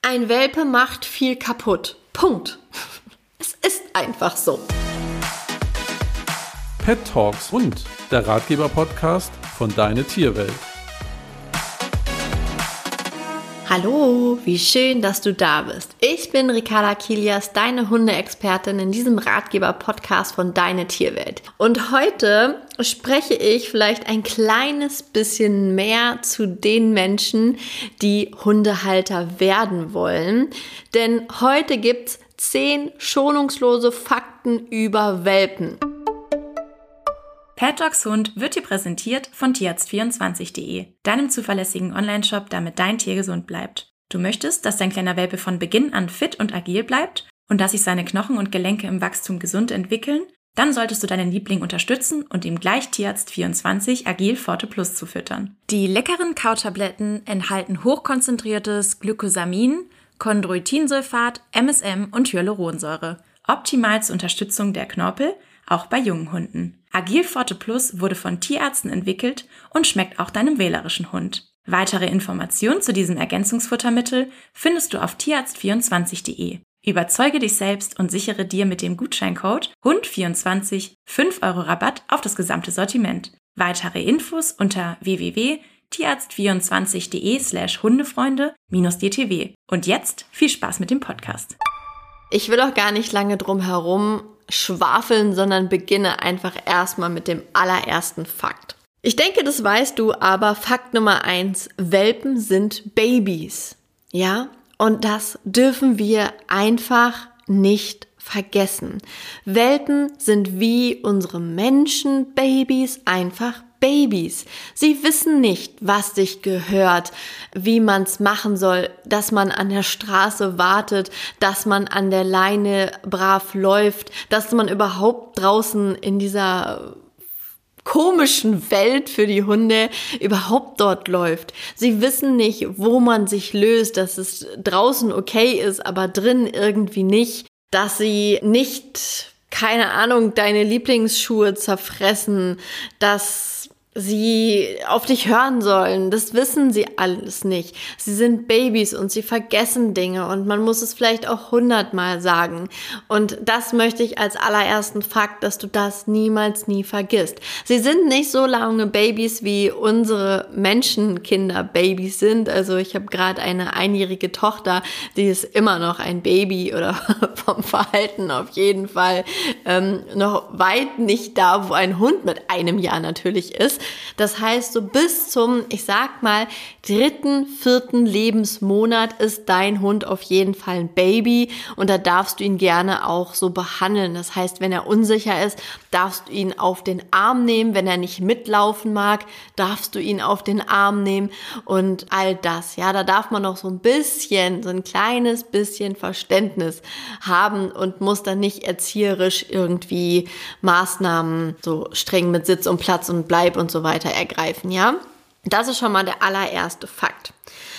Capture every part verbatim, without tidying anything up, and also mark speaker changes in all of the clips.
Speaker 1: Ein Welpe macht viel kaputt. Punkt. Es ist einfach so.
Speaker 2: Pet Talks und der Ratgeber-Podcast von Deine Tierwelt.
Speaker 1: Hallo, wie schön, dass du da bist. Ich bin Ricarda Kilias, deine Hundeexpertin in diesem Ratgeber-Podcast von Deine Tierwelt. Und heute spreche ich vielleicht ein kleines bisschen mehr zu den Menschen, die Hundehalter werden wollen. Denn heute gibt's zehn schonungslose Fakten über Welpen.
Speaker 3: Pet Dogs Hund wird dir präsentiert von tierarzt vierundzwanzig punkt de, deinem zuverlässigen Online-Shop, damit dein Tier gesund bleibt. Du möchtest, dass dein kleiner Welpe von Beginn an fit und agil bleibt und dass sich seine Knochen und Gelenke im Wachstum gesund entwickeln? Dann solltest du deinen Liebling unterstützen und ihm gleich tierarzt vierundzwanzig Agil Forte Plus zufüttern. Die leckeren Kautabletten enthalten hochkonzentriertes Glycosamin, Chondroitinsulfat, M S M und Hyaluronsäure. Optimal zur Unterstützung der Knorpel, auch bei jungen Hunden. Agil Forte Plus wurde von Tierärzten entwickelt und schmeckt auch deinem wählerischen Hund. Weitere Informationen zu diesem Ergänzungsfuttermittel findest du auf tierarzt vierundzwanzig punkt de. Überzeuge dich selbst und sichere dir mit dem Gutscheincode Hund vierundzwanzig fünf Euro Rabatt auf das gesamte Sortiment. Weitere Infos unter w w w punkt tierarzt vierundzwanzig punkt de slash Hundefreunde minus D T W. Und jetzt viel Spaß mit dem Podcast.
Speaker 1: Ich will auch gar nicht lange drum herum schwafeln, sondern beginne einfach erstmal mit dem allerersten Fakt. Ich denke, das weißt du, aber Fakt Nummer eins, Welpen sind Babys. Ja? Und das dürfen wir einfach nicht vergessen. Welpen sind wie unsere Menschenbabys einfach Babys. Sie wissen nicht, was sich gehört, wie man es machen soll, dass man an der Straße wartet, dass man an der Leine brav läuft, dass man überhaupt draußen in dieser komischen Welt für die Hunde überhaupt dort läuft. Sie wissen nicht, wo man sich löst, dass es draußen okay ist, aber drin irgendwie nicht, dass sie nicht, keine Ahnung, deine Lieblingsschuhe zerfressen, dass sie auf dich hören sollen. Das wissen sie alles nicht. Sie sind Babys und sie vergessen Dinge und man muss es vielleicht auch hundertmal sagen. Und das möchte ich als allerersten Fakt, dass du das niemals, nie vergisst. Sie sind nicht so lange Babys, wie unsere Menschenkinder Babys sind. Also ich habe gerade eine einjährige Tochter, die ist immer noch ein Baby oder vom Verhalten auf jeden Fall ähm, noch weit nicht da, wo ein Hund mit einem Jahr natürlich ist. Das heißt, so bis zum, ich sag mal, dritten, vierten Lebensmonat ist dein Hund auf jeden Fall ein Baby und da darfst du ihn gerne auch so behandeln. Das heißt, wenn er unsicher ist, darfst du ihn auf den Arm nehmen. Wenn er nicht mitlaufen mag, darfst du ihn auf den Arm nehmen und all das. Ja, da darf man noch so ein bisschen, so ein kleines bisschen Verständnis haben und muss dann nicht erzieherisch irgendwie Maßnahmen so streng mit Sitz und Platz und Bleib und so weiter ergreifen, ja? Das ist schon mal der allererste Fakt.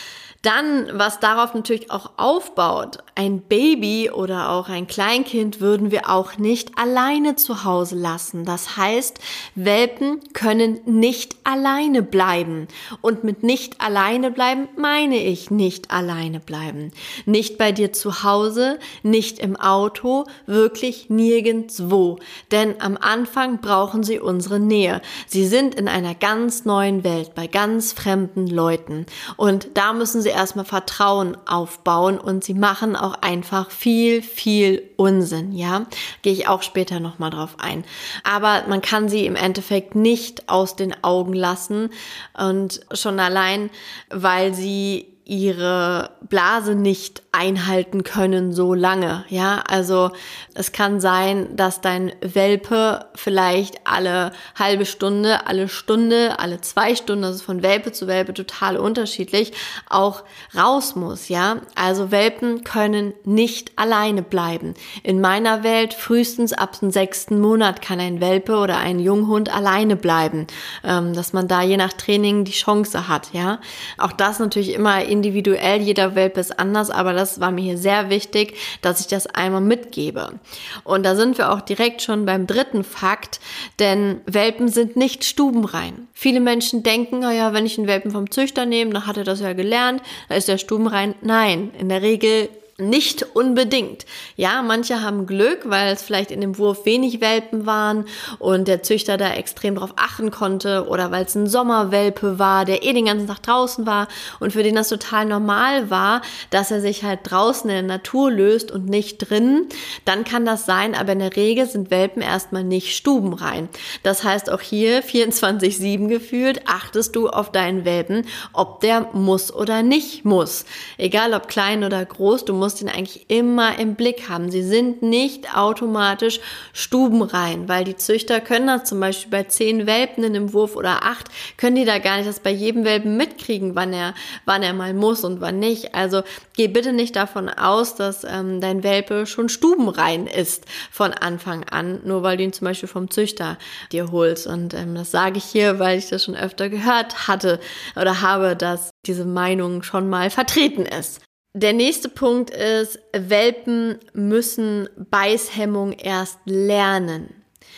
Speaker 1: Dann, was darauf natürlich auch aufbaut, ein Baby oder auch ein Kleinkind würden wir auch nicht alleine zu Hause lassen. Das heißt, Welpen können nicht alleine bleiben. Und mit nicht alleine bleiben meine ich nicht alleine bleiben. Nicht bei dir zu Hause, nicht im Auto, wirklich nirgendwo. Denn am Anfang brauchen sie unsere Nähe. Sie sind in einer ganz neuen Welt, bei ganz fremden Leuten. Und da müssen sie erstmal Vertrauen aufbauen und sie machen auch einfach viel, viel Unsinn, ja. Gehe ich auch später nochmal drauf ein. Aber man kann sie im Endeffekt nicht aus den Augen lassen und schon allein, weil sie ihre Blase nicht einhalten können so lange, ja, also es kann sein, dass dein Welpe vielleicht alle halbe Stunde, alle Stunde, alle zwei Stunden, das ist von Welpe zu Welpe total unterschiedlich, auch raus muss, ja, also Welpen können nicht alleine bleiben. In meiner Welt frühestens ab dem sechsten Monat kann ein Welpe oder ein Junghund alleine bleiben, ähm, dass man da je nach Training die Chance hat, ja, auch das natürlich immer individuell, jeder Welpe ist anders, aber das das war mir hier sehr wichtig, dass ich das einmal mitgebe. Und da sind wir auch direkt schon beim dritten Fakt, denn Welpen sind nicht stubenrein. Viele Menschen denken, naja, wenn ich einen Welpen vom Züchter nehme, dann hat er das ja gelernt, dann ist er stubenrein. Nein, in der Regel nicht unbedingt. Ja, manche haben Glück, weil es vielleicht in dem Wurf wenig Welpen waren und der Züchter da extrem drauf achten konnte oder weil es ein Sommerwelpe war, der eh den ganzen Tag draußen war und für den das total normal war, dass er sich halt draußen in der Natur löst und nicht drin. Dann kann das sein, aber in der Regel sind Welpen erstmal nicht stubenrein. Das heißt auch hier vierundzwanzig sieben gefühlt, achtest du auf deinen Welpen, ob der muss oder nicht muss. Egal ob klein oder groß, du musst ihn eigentlich immer im Blick haben. Sie sind nicht automatisch stubenrein, weil die Züchter können das zum Beispiel bei zehn Welpen in einem Wurf oder acht, können die da gar nicht das bei jedem Welpen mitkriegen, wann er, wann er mal muss und wann nicht. Also geh bitte nicht davon aus, dass ähm, dein Welpe schon stubenrein ist von Anfang an, nur weil du ihn zum Beispiel vom Züchter dir holst. Und ähm, das sage ich hier, weil ich das schon öfter gehört hatte oder habe, dass diese Meinung schon mal vertreten ist. Der nächste Punkt ist, Welpen müssen Beißhemmung erst lernen.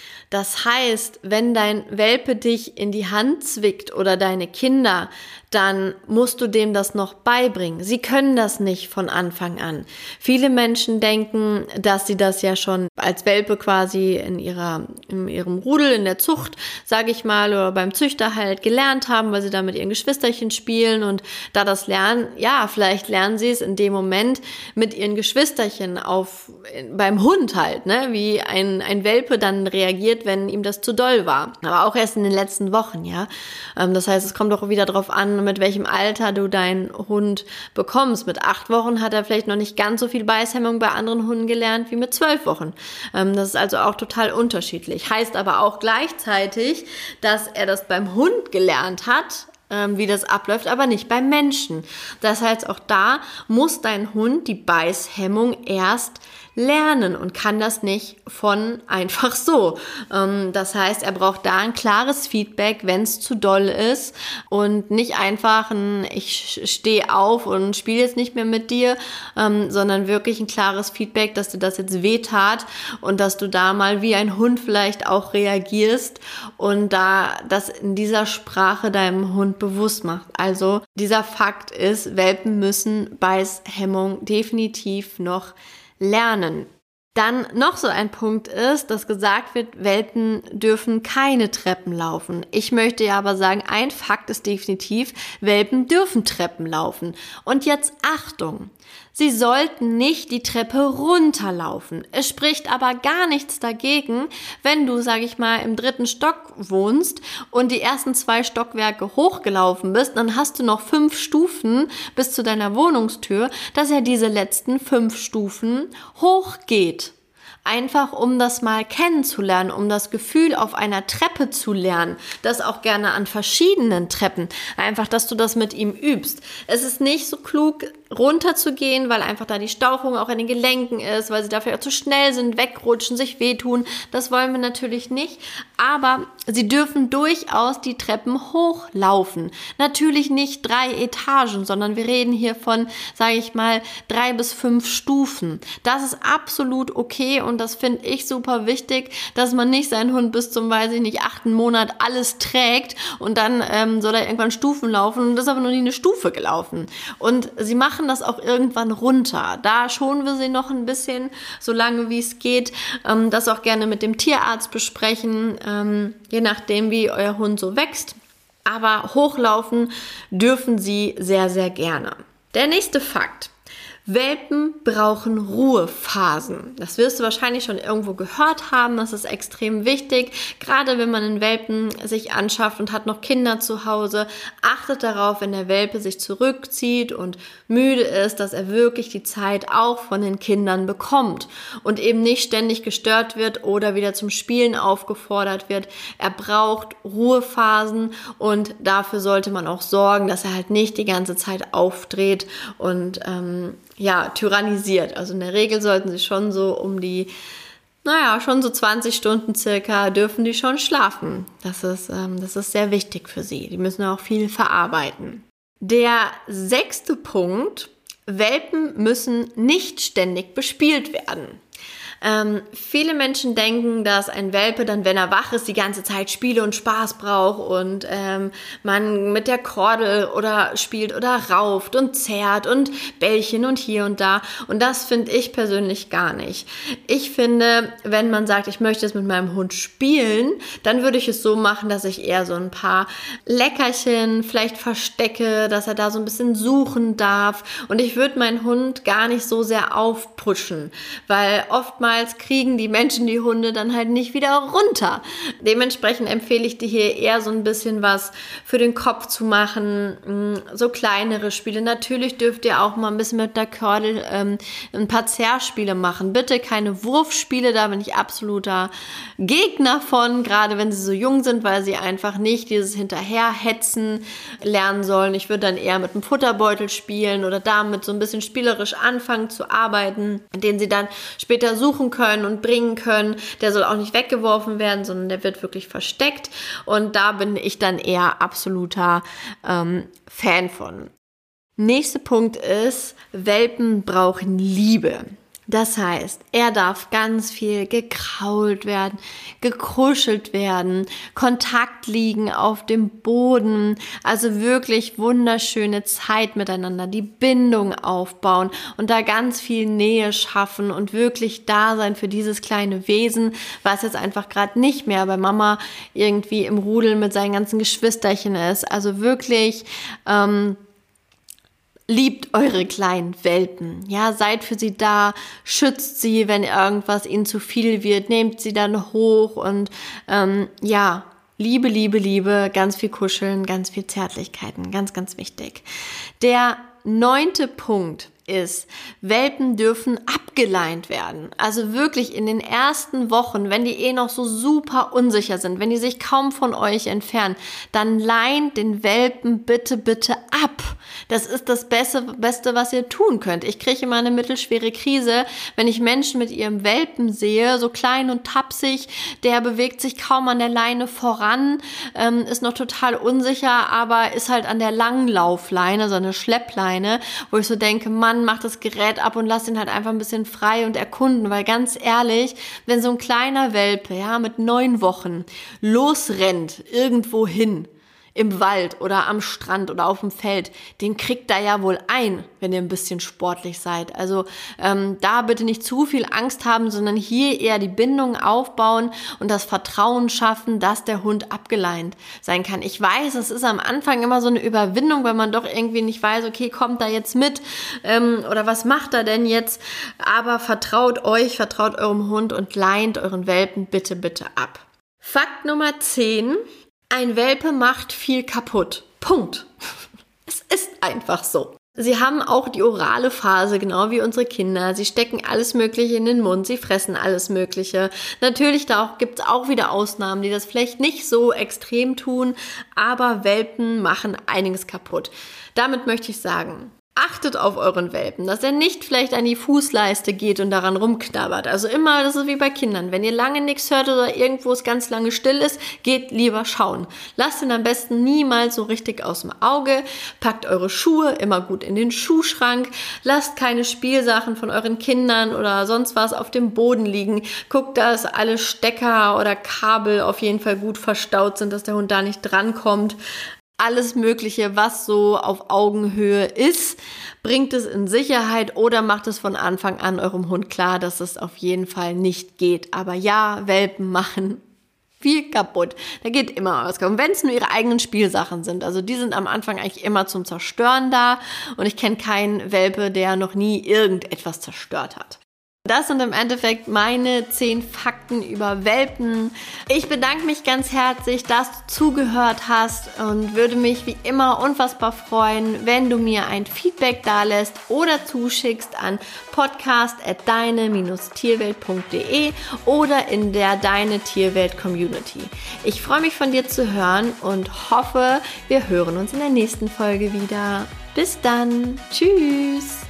Speaker 1: Das heißt, wenn dein Welpe dich in die Hand zwickt oder deine Kinder, dann musst du dem das noch beibringen. Sie können das nicht von Anfang an. Viele Menschen denken, dass sie das ja schon als Welpe quasi in ihrer, in ihrem Rudel, in der Zucht, sage ich mal, oder beim Züchter halt gelernt haben, weil sie da mit ihren Geschwisterchen spielen und da das lernen, ja, vielleicht lernen sie es in dem Moment mit ihren Geschwisterchen auf, beim Hund halt, ne, wie ein, ein Welpe dann reagiert, wenn ihm das zu doll war. Aber auch erst in den letzten Wochen, ja. Das heißt, es kommt auch wieder drauf an, mit welchem Alter du deinen Hund bekommst. Mit acht Wochen hat er vielleicht noch nicht ganz so viel Beißhemmung bei anderen Hunden gelernt wie mit zwölf Wochen. Das ist also auch total unterschiedlich. Heißt aber auch gleichzeitig, dass er das beim Hund gelernt hat, wie das abläuft, aber nicht beim Menschen. Das heißt, auch da muss dein Hund die Beißhemmung erst lernen und kann das nicht von einfach so. Das heißt, er braucht da ein klares Feedback, wenn es zu doll ist und nicht einfach ein ich stehe auf und spiele jetzt nicht mehr mit dir, sondern wirklich ein klares Feedback, dass dir das jetzt wehtat und dass du da mal wie ein Hund vielleicht auch reagierst und da das in dieser Sprache deinem Hund bewusst macht. Also dieser Fakt ist, Welpen müssen Beißhemmung definitiv noch lernen. Dann noch so ein Punkt ist, dass gesagt wird, Welpen dürfen keine Treppen laufen. Ich möchte ja aber sagen, ein Fakt ist definitiv, Welpen dürfen Treppen laufen. Und jetzt Achtung! Sie sollten nicht die Treppe runterlaufen. Es spricht aber gar nichts dagegen, wenn du, sag ich mal, im dritten Stock wohnst und die ersten zwei Stockwerke hochgelaufen bist, dann hast du noch fünf Stufen bis zu deiner Wohnungstür, dass er diese letzten fünf Stufen hochgeht. Einfach um das mal kennenzulernen, um das Gefühl auf einer Treppe zu lernen, das auch gerne an verschiedenen Treppen, einfach, dass du das mit ihm übst. Es ist nicht so klug, runterzugehen, weil einfach da die Stauchung auch in den Gelenken ist, weil sie dafür auch zu schnell sind, wegrutschen, sich wehtun. Das wollen wir natürlich nicht, aber sie dürfen durchaus die Treppen hochlaufen. Natürlich nicht drei Etagen, sondern wir reden hier von, sage ich mal, drei bis fünf Stufen. Das ist absolut okay und das finde ich super wichtig, dass man nicht seinen Hund bis zum, weiß ich nicht, achten Monat alles trägt und dann ähm, soll er irgendwann Stufen laufen und das ist aber noch nie eine Stufe gelaufen. Und sie machen das auch irgendwann runter. Da schonen wir sie noch ein bisschen, so lange wie es geht. Ähm, das auch gerne mit dem Tierarzt besprechen, ähm, je nachdem, wie euer Hund so wächst. Aber hochlaufen dürfen sie sehr, sehr gerne. Der nächste Fakt. Welpen brauchen Ruhephasen. Das wirst du wahrscheinlich schon irgendwo gehört haben. Das ist extrem wichtig. Gerade wenn man einen Welpen sich anschafft und hat noch Kinder zu Hause, achtet darauf, wenn der Welpe sich zurückzieht und müde ist, dass er wirklich die Zeit auch von den Kindern bekommt und eben nicht ständig gestört wird oder wieder zum Spielen aufgefordert wird. Er braucht Ruhephasen und dafür sollte man auch sorgen, dass er halt nicht die ganze Zeit aufdreht und ähm, ja, tyrannisiert. Also in der Regel sollten sie schon so um die, naja, schon so zwanzig Stunden circa dürfen die schon schlafen. Das ist, ähm, das ist sehr wichtig für sie. Die müssen auch viel verarbeiten. Der sechste Punkt. Welpen müssen nicht ständig bespielt werden. Ähm, viele Menschen denken, dass ein Welpe dann, wenn er wach ist, die ganze Zeit Spiele und Spaß braucht und ähm, man mit der Kordel oder spielt oder rauft und zerrt und Bällchen und hier und da. Und das finde ich persönlich gar nicht. Ich finde, wenn man sagt, ich möchte es mit meinem Hund spielen, dann würde ich es so machen, dass ich eher so ein paar Leckerchen vielleicht verstecke, dass er da so ein bisschen suchen darf. Und ich würde meinen Hund gar nicht so sehr aufpushen, weil oftmals kriegen die Menschen die Hunde dann halt nicht wieder runter. Dementsprechend empfehle ich dir hier eher so ein bisschen was für den Kopf zu machen, so kleinere Spiele. Natürlich dürft ihr auch mal ein bisschen mit der Kordel ähm, ein paar Zerrspiele machen. Bitte keine Wurfspiele, da bin ich absoluter Gegner von, gerade wenn sie so jung sind, weil sie einfach nicht dieses Hinterherhetzen lernen sollen. Ich würde dann eher mit einem Futterbeutel spielen oder damit so ein bisschen spielerisch anfangen zu arbeiten, den sie dann später suchen können und bringen können. Der soll auch nicht weggeworfen werden, sondern der wird wirklich versteckt. Und da bin ich dann eher absoluter ähm, Fan von. Nächster Punkt ist, Welpen brauchen Liebe. Das heißt, er darf ganz viel gekrault werden, gekuschelt werden, Kontakt liegen auf dem Boden, also wirklich wunderschöne Zeit miteinander, die Bindung aufbauen und da ganz viel Nähe schaffen und wirklich da sein für dieses kleine Wesen, was jetzt einfach gerade nicht mehr bei Mama irgendwie im Rudel mit seinen ganzen Geschwisterchen ist. Also wirklich ähm, liebt eure kleinen Welpen, ja, seid für sie da, schützt sie, wenn irgendwas ihnen zu viel wird, nehmt sie dann hoch und ähm, ja, Liebe, Liebe, Liebe, ganz viel Kuscheln, ganz viel Zärtlichkeiten, ganz, ganz wichtig. Der neunte Punkt ist, Welpen dürfen abgeleint werden. Also wirklich in den ersten Wochen, wenn die eh noch so super unsicher sind, wenn die sich kaum von euch entfernen, dann leint den Welpen bitte, bitte ab. Das ist das Beste, Beste, was ihr tun könnt. Ich kriege immer eine mittelschwere Krise, wenn ich Menschen mit ihrem Welpen sehe, so klein und tapsig, der bewegt sich kaum an der Leine voran, ähm, ist noch total unsicher, aber ist halt an der Langlaufleine, so eine Schleppleine, wo ich so denke, Mann, mach das Gerät ab und lass ihn halt einfach ein bisschen frei und erkunden, weil ganz ehrlich, wenn so ein kleiner Welpe, ja, mit neun Wochen losrennt irgendwo hin, im Wald oder am Strand oder auf dem Feld, den kriegt er ja wohl ein, wenn ihr ein bisschen sportlich seid. Also ähm, da bitte nicht zu viel Angst haben, sondern hier eher die Bindung aufbauen und das Vertrauen schaffen, dass der Hund abgeleint sein kann. Ich weiß, es ist am Anfang immer so eine Überwindung, weil man doch irgendwie nicht weiß, okay, kommt er jetzt mit ähm, oder was macht er denn jetzt? Aber vertraut euch, vertraut eurem Hund und leint euren Welpen bitte, bitte ab. Fakt Nummer zehn. Ein Welpe macht viel kaputt. Punkt. Es ist einfach so. Sie haben auch die orale Phase, genau wie unsere Kinder. Sie stecken alles Mögliche in den Mund, sie fressen alles Mögliche. Natürlich da gibt es auch wieder Ausnahmen, die das vielleicht nicht so extrem tun, aber Welpen machen einiges kaputt. Damit möchte ich sagen, achtet auf euren Welpen, dass er nicht vielleicht an die Fußleiste geht und daran rumknabbert. Also immer, das ist wie bei Kindern. Wenn ihr lange nichts hört oder irgendwo es ganz lange still ist, geht lieber schauen. Lasst ihn am besten niemals so richtig aus dem Auge. Packt eure Schuhe immer gut in den Schuhschrank. Lasst keine Spielsachen von euren Kindern oder sonst was auf dem Boden liegen. Guckt, dass alle Stecker oder Kabel auf jeden Fall gut verstaut sind, dass der Hund da nicht drankommt. Alles Mögliche, was so auf Augenhöhe ist, bringt es in Sicherheit oder macht es von Anfang an eurem Hund klar, dass es auf jeden Fall nicht geht. Aber ja, Welpen machen viel kaputt. Da geht immer was. Und wenn es nur ihre eigenen Spielsachen sind, also die sind am Anfang eigentlich immer zum Zerstören da und ich kenne keinen Welpe, der noch nie irgendetwas zerstört hat. Das sind im Endeffekt meine zehn Fakten über Welpen. Ich bedanke mich ganz herzlich, dass du zugehört hast und würde mich wie immer unfassbar freuen, wenn du mir ein Feedback dalässt oder zuschickst an podcast at deine Bindestrich tierwelt punkt de oder in der Deine Tierwelt Community. Ich freue mich von dir zu hören und hoffe, wir hören uns in der nächsten Folge wieder. Bis dann. Tschüss.